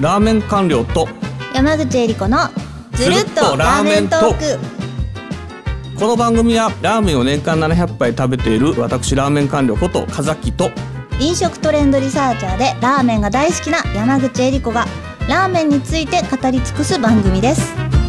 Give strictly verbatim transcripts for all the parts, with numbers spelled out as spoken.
ラーメン官僚と山口恵理子のずるっとラーメントーク。 この番組はラーメンを年間ななひゃくぱい食べている私ラーメン官僚こと風木と飲食トレンドリサーチャーでラーメンが大好きな山口恵理子がラーメンについて語り尽くす番組です。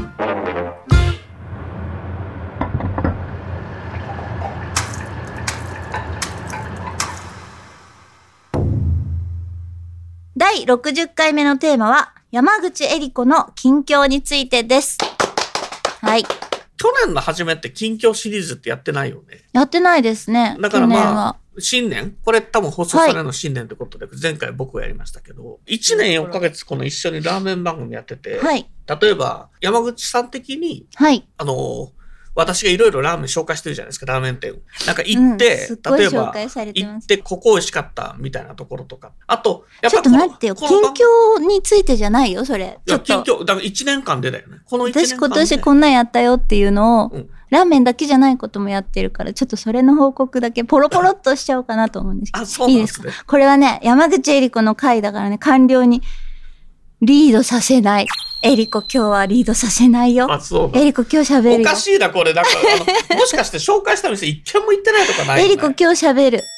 だいろくじゅっかいめのテーマは山口恵理子の近況についてです。はい。 去年の初めって近況シリーズってやってないよね。 やってないですね。 だからまあ新年これ多分放送されるの新年ってことで、はい、前回僕がやりましたけどいちねんよんかげつこの一緒にラーメン番組やってて、はい、例えば山口さん的に、はい、あの私がいろいろラーメン紹介してるじゃないですか。ラーメン店なんか行って、うん、例えば行ってここ美味しかったみたいなところとか、あとやっぱちょっと待ってよ、近況についてじゃないよそれ。 いや近況だからいちねんかんでだよね。このいちねんかんで私今年こんなんやったよっていうのを、うん、ラーメンだけじゃないこともやってるから、ちょっとそれの報告だけポロポロっとしちゃおうかなと思うんですけど。 あ、そうなんですね。 いいですか？これはね、山口恵理子の回だからね、官僚にリードさせない。恵理子今日はリードさせないよ。 あ、そうだ。 恵理子今日喋るよ。 おかしいなこれ。なんかあのもしかして紹介した店一軒も行ってないとかないよね。 恵理子今日喋る。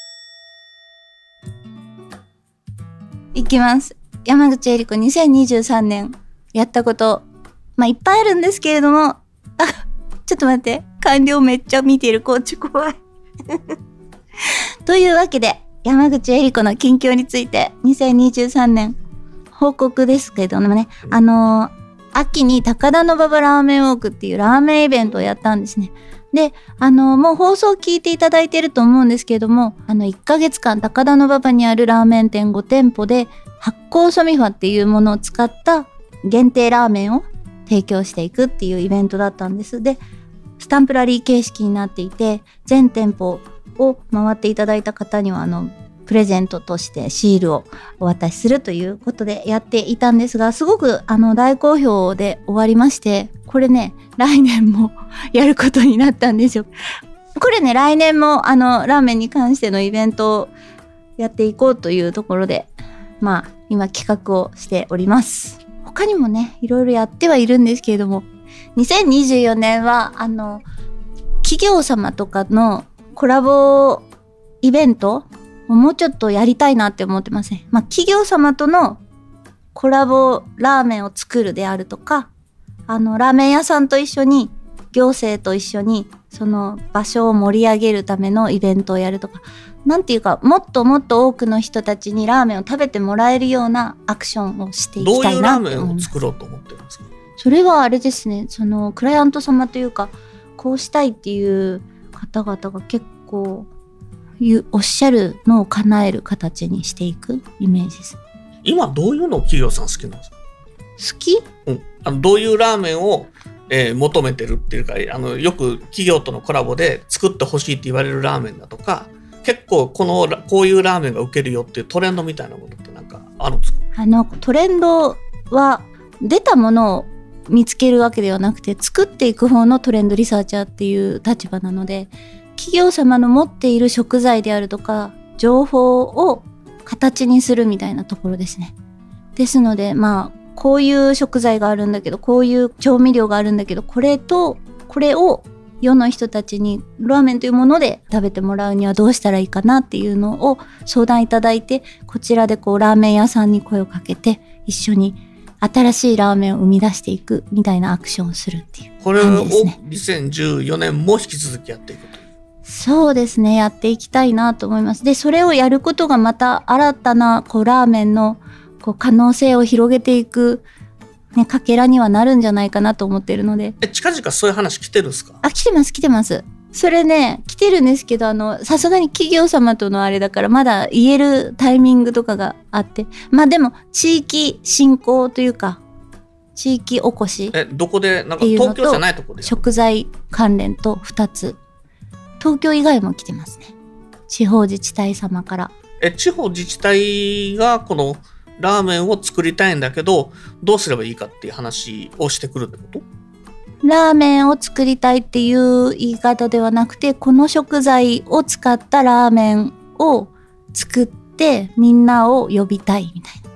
いきます。山口恵理子にせんにじゅうさんねんやったこと、まあいっぱいあるんですけれども、あ、ちょっと待って、官僚めっちゃ見てる、こっち怖い。というわけで、山口恵理子の近況についてにせんにじゅうさんねん報告ですけどもね、あのー、秋に高田馬場ラーメンウォークっていうラーメンイベントをやったんですね。で、あのー、もう放送聞いていただいてると思うんですけれども、あのいっかげつかん高田馬場にあるラーメン店ごてんぽで発酵ソミファっていうものを使った限定ラーメンを提供していくっていうイベントだったんです。で、スタンプラリー形式になっていて、全店舗を回っていただいた方にはあのプレゼントとしてシールをお渡しするということでやっていたんですが、すごくあの大好評で終わりまして、これね来年もやることになったんですよ。これね来年もあのラーメンに関してのイベントをやっていこうというところで、まあ今企画をしております。他にもねいろいろやってはいるんですけれども、にせんにじゅうよねんはあの企業様とかのコラボイベントをもうちょっとやりたいなって思ってますね。まあ企業様とのコラボラーメンを作るであるとか、あのラーメン屋さんと一緒に行政と一緒にその場所を盛り上げるためのイベントをやるとか、なんていうかもっともっと多くの人たちにラーメンを食べてもらえるようなアクションをしていきたいなと思います。 どういうラーメンを作ろうと思ってるんですか？ それはあれですね、そのクライアント様というかこうしたいっていう方々が結構おっしゃるのを叶える形にしていくイメージです。 今どういうのを企業さん好きなんですか？ 好き？ うん、あのどういうラーメンを、えー、求めてるっていうか、あのよく企業とのコラボで作ってほしいって言われるラーメンだとか、結構このこういうラーメンが受けるよっていうトレンドみたいなものってなんかあるんですか？ あのトレンドは出たものを見つけるわけではなくて、作っていく方のトレンドリサーチャーっていう立場なので、企業様の持っている食材であるとか情報を形にするみたいなところですね。ですのでまあこういう食材があるんだけど、こういう調味料があるんだけど、これとこれを世の人たちにラーメンというもので食べてもらうにはどうしたらいいかなっていうのを相談いただいて、こちらでこうラーメン屋さんに声をかけて一緒に新しいラーメンを生み出していくみたいなアクションをするっていう感じですね。 これをにせんじゅうよねんも引き続きやっていくと。 そうですね、やっていきたいなと思います。で、それをやることがまた新たなこうラーメンのこう可能性を広げていく、ね、かけらにはなるんじゃないかなと思っているので。 え、近々そういう話来てるんですか？ あ、来てます来てます。それね来てるんですけど、あのさすがに企業様とのあれだからまだ言えるタイミングとかがあって、まあでも地域振興というか地域おこし、 え、どこでなんか東京じゃないとこで食材関連とふたつ、東京以外も来てますね。地方自治体様から。 え、地方自治体がこのラーメンを作りたいんだけどどうすればいいかっていう話をしてくるってこと？ ラーメンを作りたいっていう言い方ではなくて、この食材を使ったラーメンを作ってみんなを呼びたいみたいな。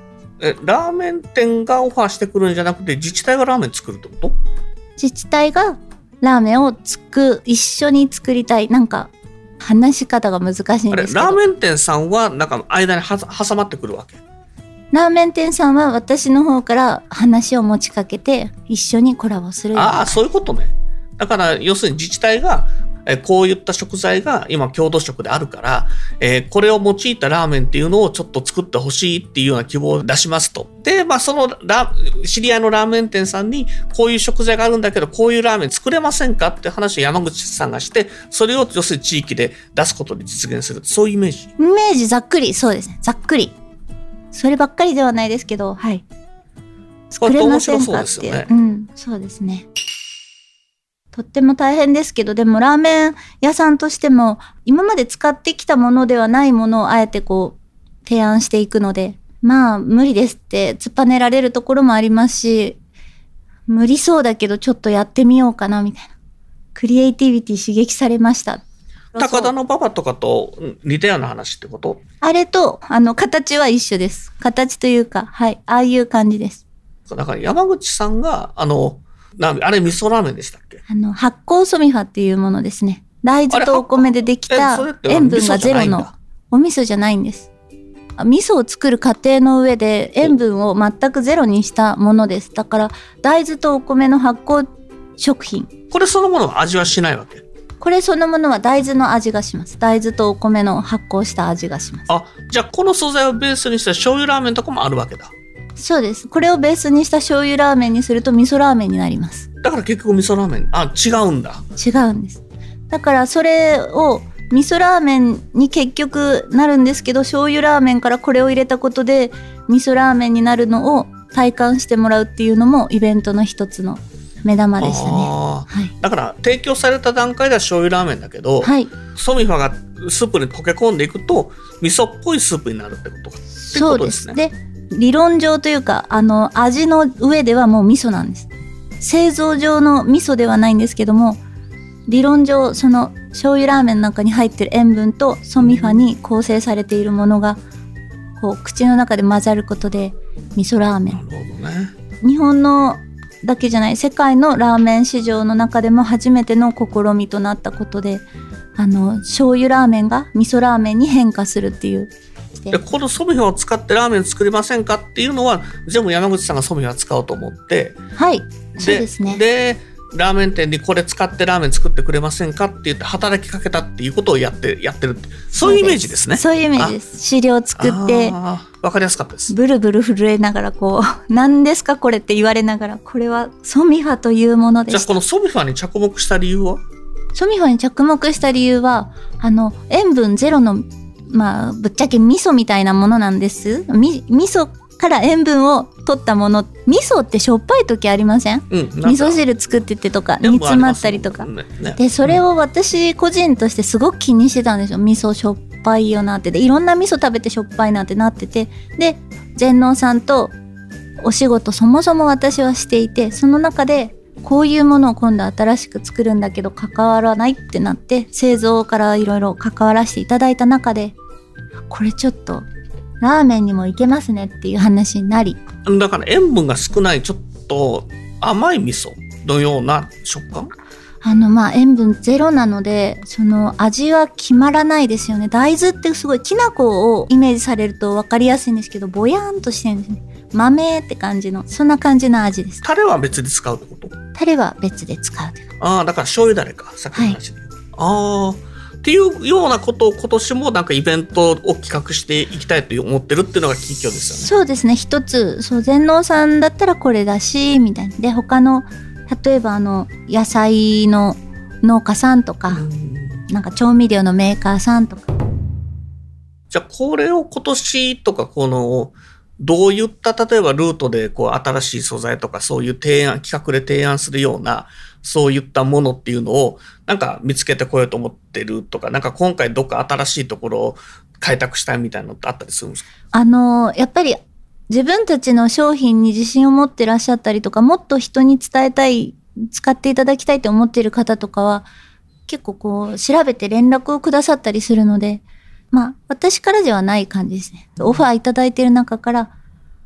え、ラーメン店がオファーしてくるんじゃなくて、自治体がラーメン作るってこと？ 自治体がラーメンをつく、一緒に作りたい。なんか、話し方が難しいんですけど。あれ、 ラーメン店さんは、なんか間には挟まってくるわけ？ ラーメン店さんは私の方から話を持ちかけて、一緒にコラボする。 ああ、そういうことね。だから、要するに自治体が、えこういった食材が今郷土食であるから、えー、これを用いたラーメンっていうのをちょっと作ってほしいっていうような希望を出しますと。で、まあそのラ知り合いのラーメン店さんにこういう食材があるんだけど、こういうラーメン作れませんかって話を山口さんがして、それを要するに地域で出すことで実現する。そういうイメージ？ イメージざっくり、そうですね。ざっくり。そればっかりではないですけど、はい。作れませんかっていう。ね、うん、そうですね。とっても大変ですけど、でもラーメン屋さんとしても、今まで使ってきたものではないものをあえてこう、提案していくので、まあ、無理ですって突っぱねられるところもありますし、無理そうだけどちょっとやってみようかな、みたいな。クリエイティビティ刺激されました。 高田の馬場とかと似たような話ってこと？ あれと、あの、形は一緒です。形というか、はい、ああいう感じです。 だから山口さんが、あの、なあれ味噌ラーメンでしたっけ？ あの、発酵ソミファっていうものですね。大豆とお米でできた塩分がゼロのお味噌じゃないんです。味噌を作る過程の上で塩分を全くゼロにしたものです。だから大豆とお米の発酵食品。 これそのものは味はしないわけ？ これそのものは大豆の味がします。大豆とお米の発酵した味がします。 あ、じゃあこの素材をベースにした醤油ラーメンとかもあるわけだ。 そうです。これをベースにした醤油ラーメンにすると味噌ラーメンになります。 だから結局味噌ラーメン、あ、違うんだ。 違うんです。だからそれを味噌ラーメンに結局なるんですけど、醤油ラーメンからこれを入れたことで味噌ラーメンになるのを体感してもらうっていうのもイベントの一つの目玉でしたね。はい、 だから提供された段階では醤油ラーメンだけど、はい、ソミファがスープに溶け込んでいくと味噌っぽいスープになるってことか。 そうですね。で、理論上というか、あの味の上ではもう味噌なんです。製造上の味噌ではないんですけども、理論上その醤油ラーメンの中に入ってる塩分とソミファに構成されているものがこう口の中で混ざることで味噌ラーメン。 なるほどね。 日本のだけじゃない、世界のラーメン市場の中でも初めての試みとなったことで、あの醤油ラーメンが味噌ラーメンに変化するっていう。 でこのソミファを使ってラーメン作りませんかっていうのは全部山口さんがソミファ使おうと思って、 はい、そうですね。 でラーメン店にこれ使ってラーメン作ってくれませんかって言って働きかけたっていうことをやってやってるって、そういうイメージですね。 そういうイメージです。資料作ってわかりやすかったです。 ブルブル震えながらこう何ですかこれって言われながら、これはソミファというものです。 じゃあこのソミファに着目した理由は？ ソミファに着目した理由は、あの塩分ゼロのまあぶっちゃけ味噌みたいなものなんです。み味噌から塩分を取ったもの。味噌ってしょっぱい時ありません？うん、味噌汁作っててとか煮詰まったりとか、ねね、でそれを私個人としてすごく気にしてたんですよ。味噌しょっぱいよなって。でいろんな味噌食べてしょっぱいなってなってて、で全農さんとお仕事そもそも私はしていて、その中でこういうものを今度新しく作るんだけど関わらないってなって、製造からいろいろ関わらせていただいた中で、これちょっとラーメンにもいけますねっていう話になり、 だから塩分が少ないちょっと甘い味噌のような食感。 あのまあ塩分ゼロなのでその味は決まらないですよね。大豆ってすごいきな粉をイメージされると分かりやすいんですけど、ぼやーんとしてるんですね。豆って感じの、そんな感じの味です。 タレは別で使うってこと？ タレは別で使うってこと。 ああ、だから醤油だれか、さっきの話で、はい、ああっていうようなことを今年もなんかイベントを企画していきたいと思ってるっていうのが近況ですよね。 そうですね。一つ、そう全農さんだったらこれだしみたいな。で他の例えばあの野菜の農家さんとか、んなんか調味料のメーカーさんとか。 じゃあこれを今年とかこのどういった例えばルートでこう新しい素材とかそういう提案企画で提案するようなそういったものっていうのをなんか見つけてこようと思ってるとか、なんか今回どっか新しいところを開拓したいみたいなのってあったりするんですか？ あのやっぱり自分たちの商品に自信を持ってらっしゃったりとか、もっと人に伝えたい、使っていただきたいと思っている方とかは結構こう調べて連絡をくださったりするので、まあ私からではない感じですね。オファーいただいている中から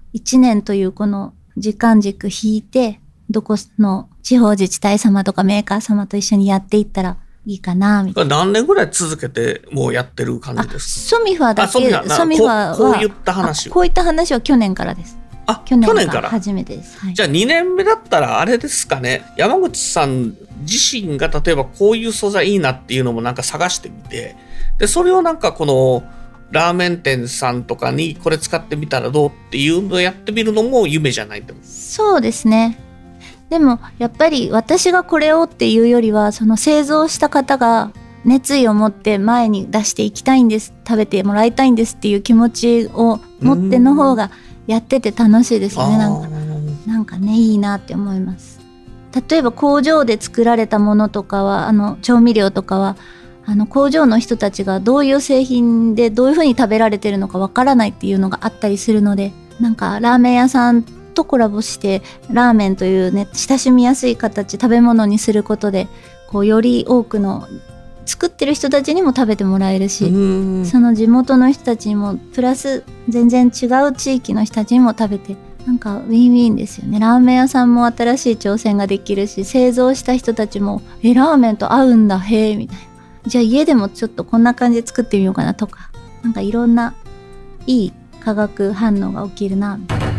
いちねんというこの時間軸引いて、どこの地方自治体様とかメーカー様と一緒にやっていったらいいかなみたいな。 何年ぐらい続けてもうやってる感じですか？ ソミファだけ、ソミファはこういった話こういった話は去年からです。 あ、 去年から初めてです。はい、 じゃあにねんめだったらあれですかね、山口さん自身が例えばこういう素材いいなっていうのもなんか探してみて、でそれをなんかこのラーメン店さんとかにこれ使ってみたらどうっていうのをやってみるのも夢じゃないと思う。 そうですね。でもやっぱり私がこれをっていうよりは、その製造した方が熱意を持って前に出していきたいんです、食べてもらいたいんですっていう気持ちを持っての方がやってて楽しいですよね。なんかなんかね、いいなって思います。例えば工場で作られたものとかは、あの調味料とかはあの工場の人たちがどういう製品でどういう風に食べられてるのかわからないっていうのがあったりするので、なんかラーメン屋さんとコラボしてラーメンというね、親しみやすい形食べ物にすることで、こうより多くの作ってる人たちにも食べてもらえるし、その地元の人たちにもプラス全然違う地域の人たちにも食べて、なんかウィンウィンですよね。ラーメン屋さんも新しい挑戦ができるし、製造した人たちもえラーメンと合うんだへーみたいな、じゃあ家でもちょっとこんな感じで作ってみようかなとか、なんかいろんないい化学反応が起きるなみたいな。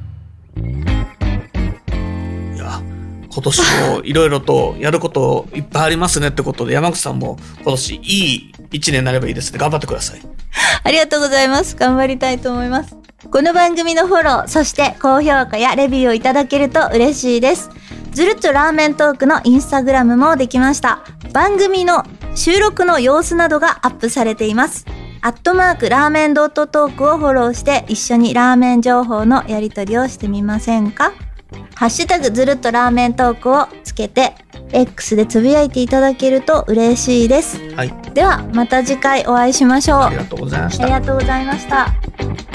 いや、今年もいろいろとやることいっぱいありますねってことで、山口さんも今年いいいちねんになればいいですね。頑張ってください。 ありがとうございます。頑張りたいと思います。この番組のフォロー、そして高評価やレビューをいただけると嬉しいです。ずるっとラーメントークのインスタグラムもできました。番組の収録の様子などがアップされています。アットマークラーメンドットトークをフォローして一緒にラーメン情報のやり取りをしてみませんか？ハッシュタグずるっとラーメントークをつけて X でつぶやいていただけると嬉しいです。 はい、 ではまた次回お会いしましょう。 ありがとうございました。 ありがとうございました。